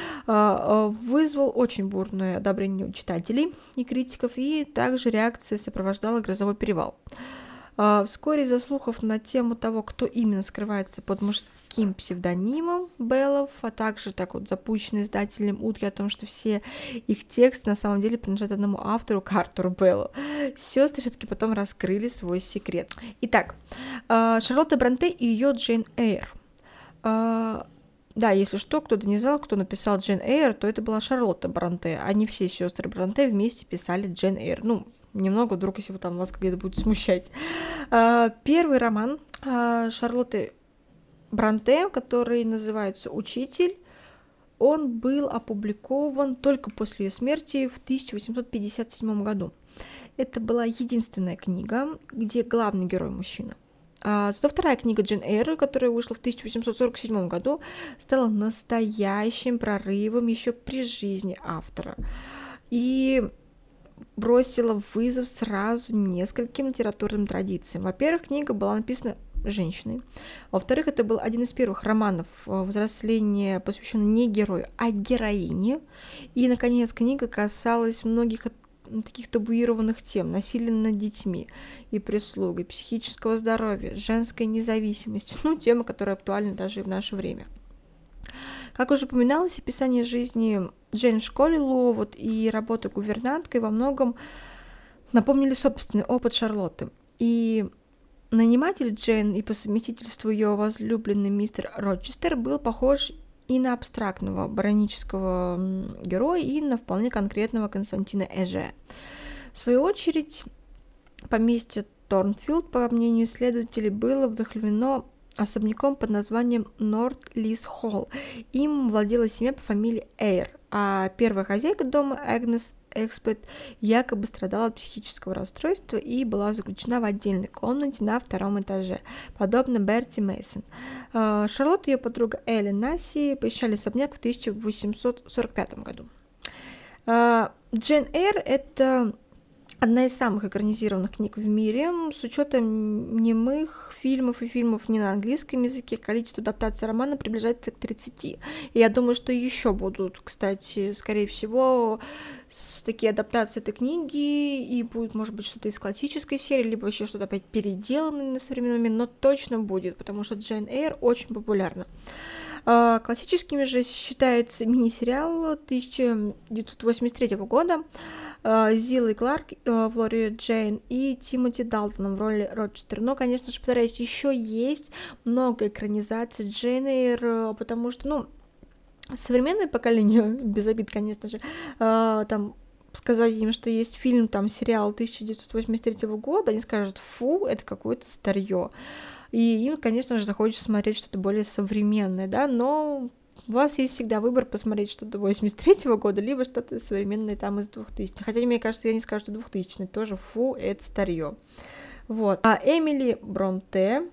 вызвал очень бурное одобрение у читателей и критиков, и также реакция сопровождала «Грозовой перевал». Вскоре из-за слухов на тему того, кто именно скрывается под мужским псевдонимом Беллов, а также так вот запущенный издателем утки о том, что все их тексты на самом деле принадлежат одному автору, Артуру Беллу, сестры все-таки потом раскрыли свой секрет. Итак, Шарлотта Бронте и ее Джейн Эйр. Да, если что, кто-то не знал, кто написал Джейн Эйр, то это была Шарлотта Бронте, а не все сестры Бронте вместе писали Джейн Эйр. Ну, немного, вдруг, если там вас где-то будет смущать. Первый роман Шарлотты Бронте, который называется «Учитель», он был опубликован только после ее смерти в тысяча восемьсот пятьдесят седьмом году. Это была единственная книга, где главный герой мужчина. Зато вторая книга Джейн Эйр, которая вышла в тысяча восемьсот сорок седьмом году, стала настоящим прорывом еще при жизни автора и бросила вызов сразу нескольким литературным традициям. Во-первых, книга была написана женщиной. Во-вторых, это был один из первых романов взросления, посвященный не герою, а героине. И, наконец, книга касалась многих таких табуированных тем: насилия над детьми и прислугой, психического здоровья, женской независимости, ну, темы, которые актуальны даже и в наше время. Как уже упоминалось, описание жизни Джейн в школе Лоувуд и работа гувернанткой во многом напомнили собственный опыт Шарлотты. И наниматель Джейн и по совместительству ее возлюбленный мистер Рочестер был похож и на абстрактного баронического героя, и на вполне конкретного Константина Эже. В свою очередь, поместье Торнфилд, по мнению исследователей, было вдохновлено особняком под названием Норт-Лис-Холл. Им владела семья по фамилии Эйр, а первая хозяйка дома, Агнес Экспет, якобы страдала от психического расстройства и была заключена в отдельной комнате на втором этаже, подобно Берти Мейсон. Шарлотта и ее подруга Элли Насси посещали особняк в тысяча восемьсот сорок пятом году. Джейн Эйр — это одна из самых экранизированных книг в мире, с учетом немых фильмов и фильмов не на английском языке, количество адаптаций романа приближается к тридцати. И я думаю, что еще будут, кстати, скорее всего, с такие адаптации этой книги, и будет, может быть, что-то из классической серии, либо еще что-то опять переделанное на современный момент, но точно будет, потому что Джейн Эйр очень популярна. Классическими же считается мини-сериал тысяча девятьсот восемьдесят третьего года с Зиллой Кларк в роли Джейн и Тимоти Далтоном в роли Рочестера. Но, конечно же, повторяюсь, еще есть много экранизаций Джейн Эйр, потому что, ну, современное поколение, без обид, конечно же, там сказать им, что есть фильм, там, сериал тысяча девятьсот восемьдесят третьего года, они скажут: фу, это какое-то старье. И им, конечно же, захочется смотреть что-то более современное, да, но у вас есть всегда выбор посмотреть что-то восемьдесят третьего года, либо что-то современное там из двухтысячных. Хотя, мне кажется, я не скажу, что двухтысячные тоже, фу, это старье. Вот. А Эмили Бронте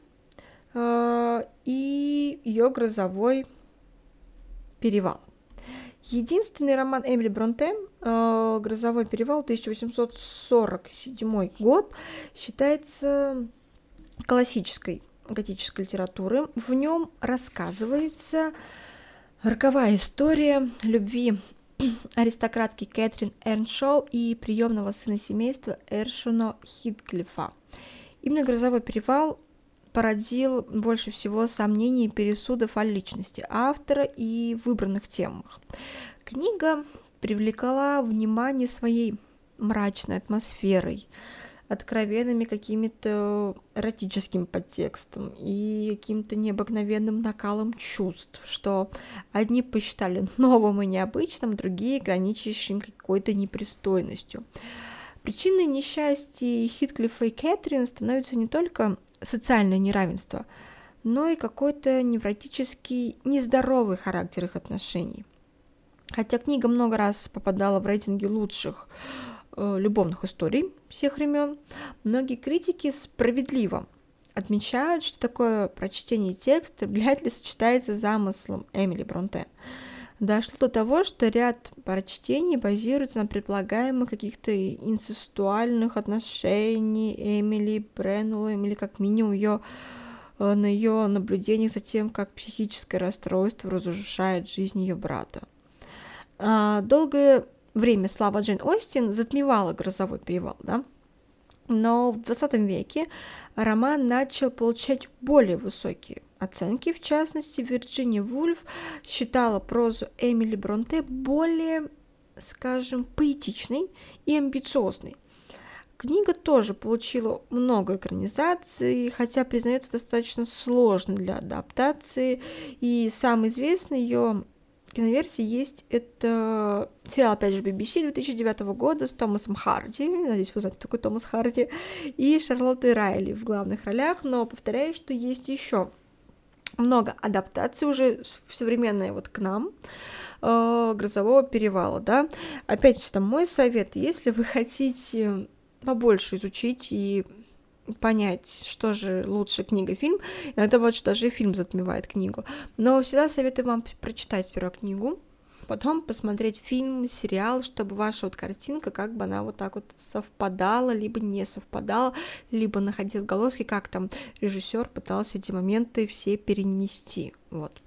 э, и ее «Грозовой перевал». Единственный роман Эмили Бронте э, «Грозовой перевал», тысяча восемьсот сорок седьмой год, считается классической готической литературы. В нем рассказывается роковая история любви аристократки Кэтрин Эрншоу и приемного сына семейства Эршуно Хитклифа. Именно «Грозовой перевал» породил больше всего сомнений и пересудов о личности автора и выбранных темах. Книга привлекла внимание своей мрачной атмосферой, откровенными какими-то эротическим подтекстом и каким-то необыкновенным накалом чувств, что одни посчитали новым и необычным, другие граничащим какой-то непристойностью. Причиной несчастья Хитклифа и Кэтрин становится не только социальное неравенство, но и какой-то невротический, нездоровый характер их отношений. Хотя книга много раз попадала в рейтинги лучших э, любовных историй всех времен, многие критики справедливо отмечают, что такое прочтение текста вряд ли сочетается с замыслом Эмили Бронте. Дошло до того, что ряд прочтений базируется на предполагаемых каких-то инцестуальных отношениях Эмили Бреннулем или как минимум ее, на ее наблюдениях за тем, как психическое расстройство разрушает жизнь ее брата. А, долгое время слава Джейн Остин затмевала «Грозовой перевал», да? Но в двадцатом веке роман начал получать более высокие оценки. В частности, Вирджиния Вульф считала прозу Эмили Бронте более, скажем, поэтичной и амбициозной. Книга тоже получила много экранизаций, хотя признается достаточно сложной для адаптации. И самый известный ее киноверсии есть это сериал, опять же, би би си две тысячи девятого года с Томасом Харди, надеюсь, вы знаете, такой Томас Харди, и Шарлоттой Райли в главных ролях, но повторяю, что есть еще много адаптаций уже в современное вот к нам э, «Грозового перевала», да. Опять же, там мой совет: если вы хотите побольше изучить и понять, что же лучше, книга, фильм, иногда бывает, что даже и фильм затмевает книгу, но всегда советую вам прочитать сперва книгу, потом посмотреть фильм, сериал, чтобы ваша вот картинка, как бы она вот так вот совпадала, либо не совпадала, либо находила отголоски, как там режиссер пытался эти моменты все перенести, вот.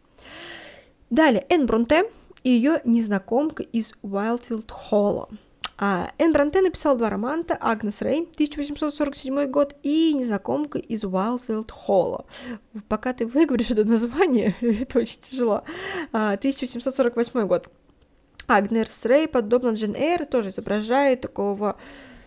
Далее, Энн Бронте и ее незнакомка из Уайлдфилд Холла. А Энн Бронте написала два романа: «Агнес Рей» тысяча восемьсот сорок седьмой год и «Незнакомка из Уайлдфилд Холла». Пока ты выговоришь это название, это очень тяжело. тысяча восемьсот сорок восьмой год. Агнес Рей, подобно Джейн Эйр, тоже изображает такого,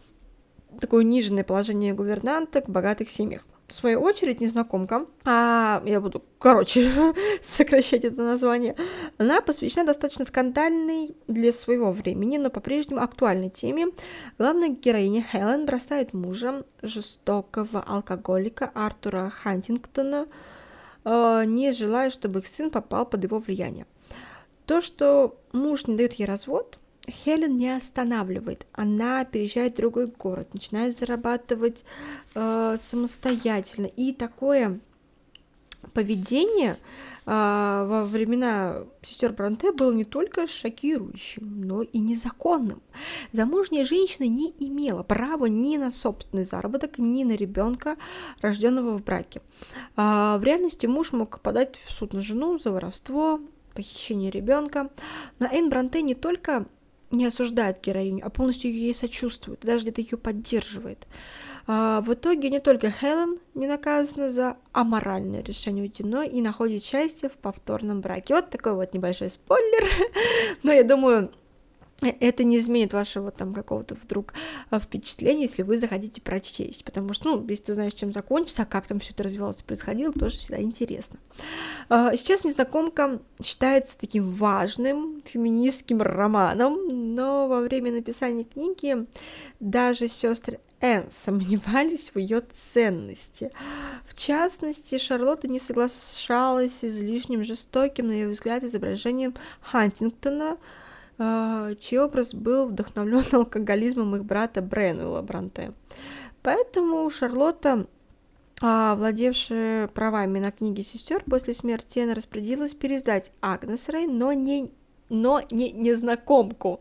такое униженное положение гувернанток в богатых семьях. В свою очередь, незнакомка, а я буду, короче, сокращать это название, она посвящена достаточно скандальной для своего времени, но по-прежнему актуальной теме. Главная героиня Хелен бросает мужа, жестокого алкоголика Артура Хантингтона, э, не желая, чтобы их сын попал под его влияние. То, что муж не дает ей развод, Хелен не останавливает. Она переезжает в другой город, начинает зарабатывать э, самостоятельно. И такое поведение а, во времена сестер Бронте было не только шокирующим, но и незаконным. Замужняя женщина не имела права ни на собственный заработок, ни на ребенка, рожденного в браке. А, в реальности муж мог подать в суд на жену за воровство, похищение ребенка. Но Энн Бронте не только не осуждает героиню, а полностью ей сочувствует, даже где-то ее поддерживает. А, в итоге не только Хелен не наказана за аморальное решение уйти, но и находит счастье в повторном браке. Вот такой вот небольшой спойлер, но я думаю, это не изменит вашего там какого-то вдруг впечатления, если вы захотите прочесть, потому что, ну, если ты знаешь, чем закончится, а как там все это развивалось и происходило, тоже всегда интересно. Сейчас «Незнакомка» считается таким важным феминистским романом, но во время написания книги даже сестры Энн сомневались в ее ценности. В частности, Шарлотта не соглашалась с излишним жестоким, на ее взгляд, изображением Хантингтона, чей образ был вдохновлен алкоголизмом их брата Бренуэлла Бронте. Поэтому Шарлотта, владевшая правами на книги сестер, после смерти Энн распорядилась переиздать Агнес Рей, но не, но не незнакомку,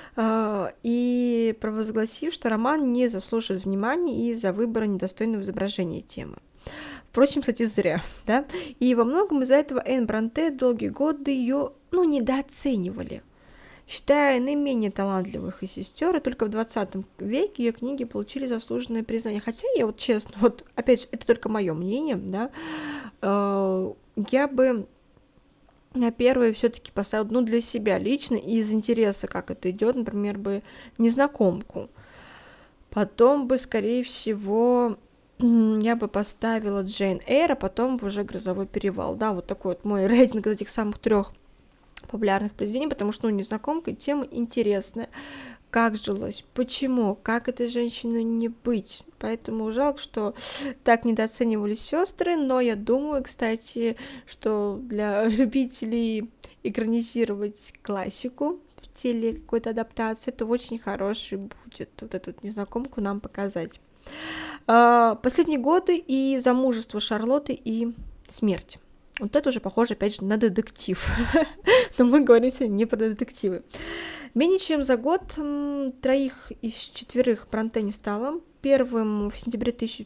и провозгласив, что роман не заслуживает внимания из-за выбора недостойного изображения темы. Впрочем, кстати, зря, да? И во многом из-за этого Энн Бронте долгие годы ее, ну, недооценивали, считая наименее талантливых из сестер, и только в двадцатом веке ее книги получили заслуженное признание. Хотя я вот честно, вот опять же, это только мое мнение, да, э, я бы на первое все-таки поставила, ну, для себя лично, и из интереса, как это идет, например, бы «Незнакомку». Потом бы, скорее всего, я бы поставила Джейн Эйр, а потом бы уже «Грозовой перевал». Да, вот такой вот мой рейтинг из этих самых трех популярных произведений, потому что, ну, «Незнакомка» тема интересная. Как жилось, почему, как этой женщиной не быть. Поэтому жалко, что так недооценивались сестры, но я думаю, кстати, что для любителей экранизировать классику в теле какой-то адаптации, это очень хороший будет вот эту вот «Незнакомку» нам показать. Последние годы и замужество Шарлотты, и смерть. Вот это уже похоже, опять же, на детектив. Но мы говорим сегодня не про детективы. Менее чем за год троих из четверых Бронте не стало. Первым в сентябре тысяча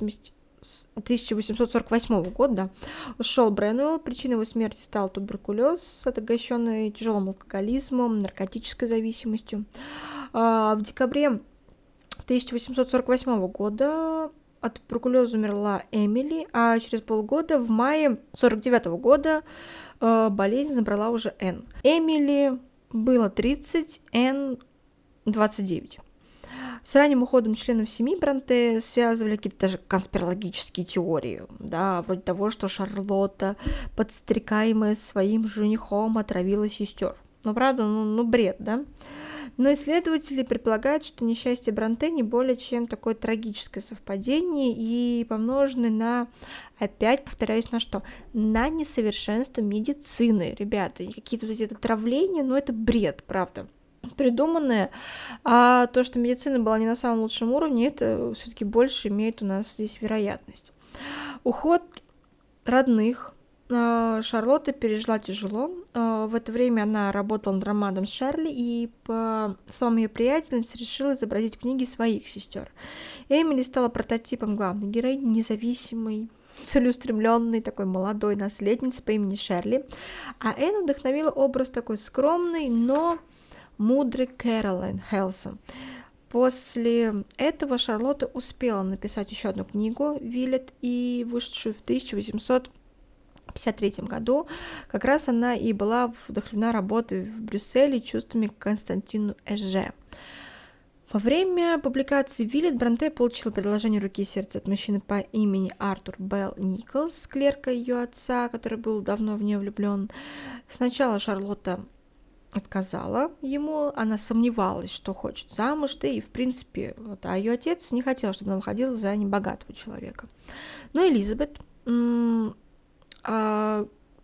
восемьсот сорок восьмого года, да, ушел Бренуэлл. Причиной его смерти стал туберкулез, отягощенный тяжелым алкоголизмом, наркотической зависимостью. В декабре тысяча восемьсот сорок восьмого года от туберкулеза умерла Эмили, а через полгода, в мае сорок девятого года, болезнь забрала уже Энн. Эмили было тридцать, Энн двадцать девять. С ранним уходом членов семьи Бронте связывали какие-то даже конспирологические теории, да, вроде того, что Шарлотта, подстрекаемая своим женихом, отравила сестер. Ну, правда, ну, ну бред, да? Но исследователи предполагают, что несчастье Бронте не более чем такое трагическое совпадение и помноженное на, опять повторяюсь, на что? На несовершенство медицины, ребята. И какие-то вот эти отравления, ну это бред, правда, придуманное. А то, что медицина была не на самом лучшем уровне, это все-таки больше имеет у нас здесь вероятность. Уход родных Шарлотта пережила тяжело. В это время она работала над романом Шерли и, по словам ее приятельниц, решила изобразить в книге своих сестер. Эмили стала прототипом главной героини, независимой, целеустремленной, такой молодой наследницы по имени Шерли. А Энн вдохновила образ такой скромной, но мудрой Кэролайн Хелсон. После этого Шарлотта успела написать еще одну книгу «Виллет», и вышедшую в тысяча восемьсот пятьдесят третьем году. Как раз она и была вдохновлена работой в Брюсселе чувствами к Константину Эже. Во время публикации «Виллет» Бронте получила предложение руки и сердца от мужчины по имени Артур Белл Николс, клерка ее отца, который был давно в нее влюблен. Сначала Шарлотта отказала ему, она сомневалась, что хочет замуж, да и в принципе, вот, а ее отец не хотел, чтобы она выходила за небогатого человека. Но Элизабет м- а,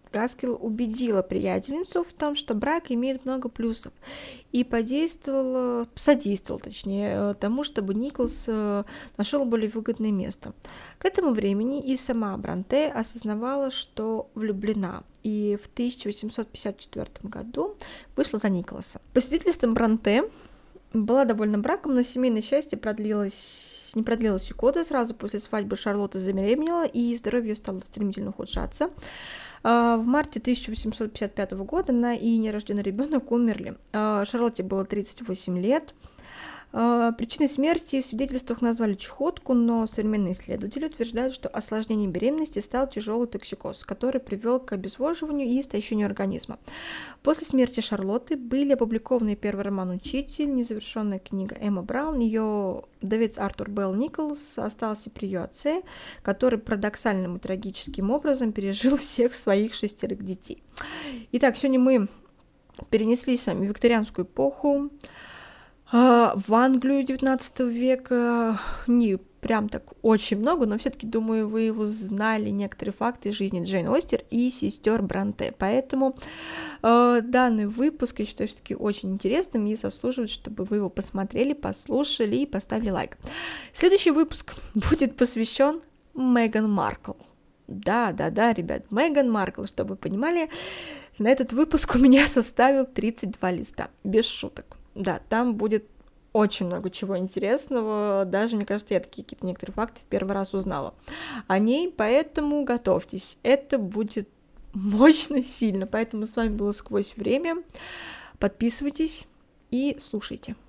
Гаскел убедила приятельницу в том, что брак имеет много плюсов, и подействовал, содействовал, точнее, тому, чтобы Николс нашел более выгодное место. К этому времени и сама Бронте осознавала, что влюблена, и в тысяча восемьсот пятьдесят четвёртом году вышла за Николаса. По свидетельствам Бронте, была довольна браком, но семейное счастье продлилось, не продлилось и года. Сразу после свадьбы Шарлотта забеременела, и здоровье стало стремительно ухудшаться. В марте тысяча восемьсот пятьдесят пятого года она и нерожденный ребенок умерли. Шарлотте было тридцать восемь лет. Причиной смерти в свидетельствах назвали чехотку, но современные исследователи утверждают, что осложнением беременности стал тяжелый токсикоз, который привел к обезвоживанию и истощению организма. После смерти Шарлотты были опубликованы первый роман «Учитель», незавершенная книга Эммы Браун, ее вдовец Артур Белл Николс остался при ее отце, который парадоксальным и трагическим образом пережил всех своих шестерых детей. Итак, сегодня мы перенеслись с вами в викторианскую эпоху, в Англию девятнадцатого века, не прям так очень много, но все-таки, думаю, вы его знали, некоторые факты из жизни Джейн Остер и сестер Бронте. Поэтому э, данный выпуск я считаю все-таки очень интересным и заслуживает, чтобы вы его посмотрели, послушали и поставили лайк. Следующий выпуск будет посвящен Меган Маркл. Да, да, да, ребят, Меган Маркл, чтобы вы понимали, на этот выпуск у меня составил тридцать два листа, без шуток. Да, там будет очень много чего интересного, даже, мне кажется, я такие какие-то некоторые факты в первый раз узнала о ней, поэтому готовьтесь, это будет мощно, сильно, поэтому с вами было «Сквозь время», подписывайтесь и слушайте.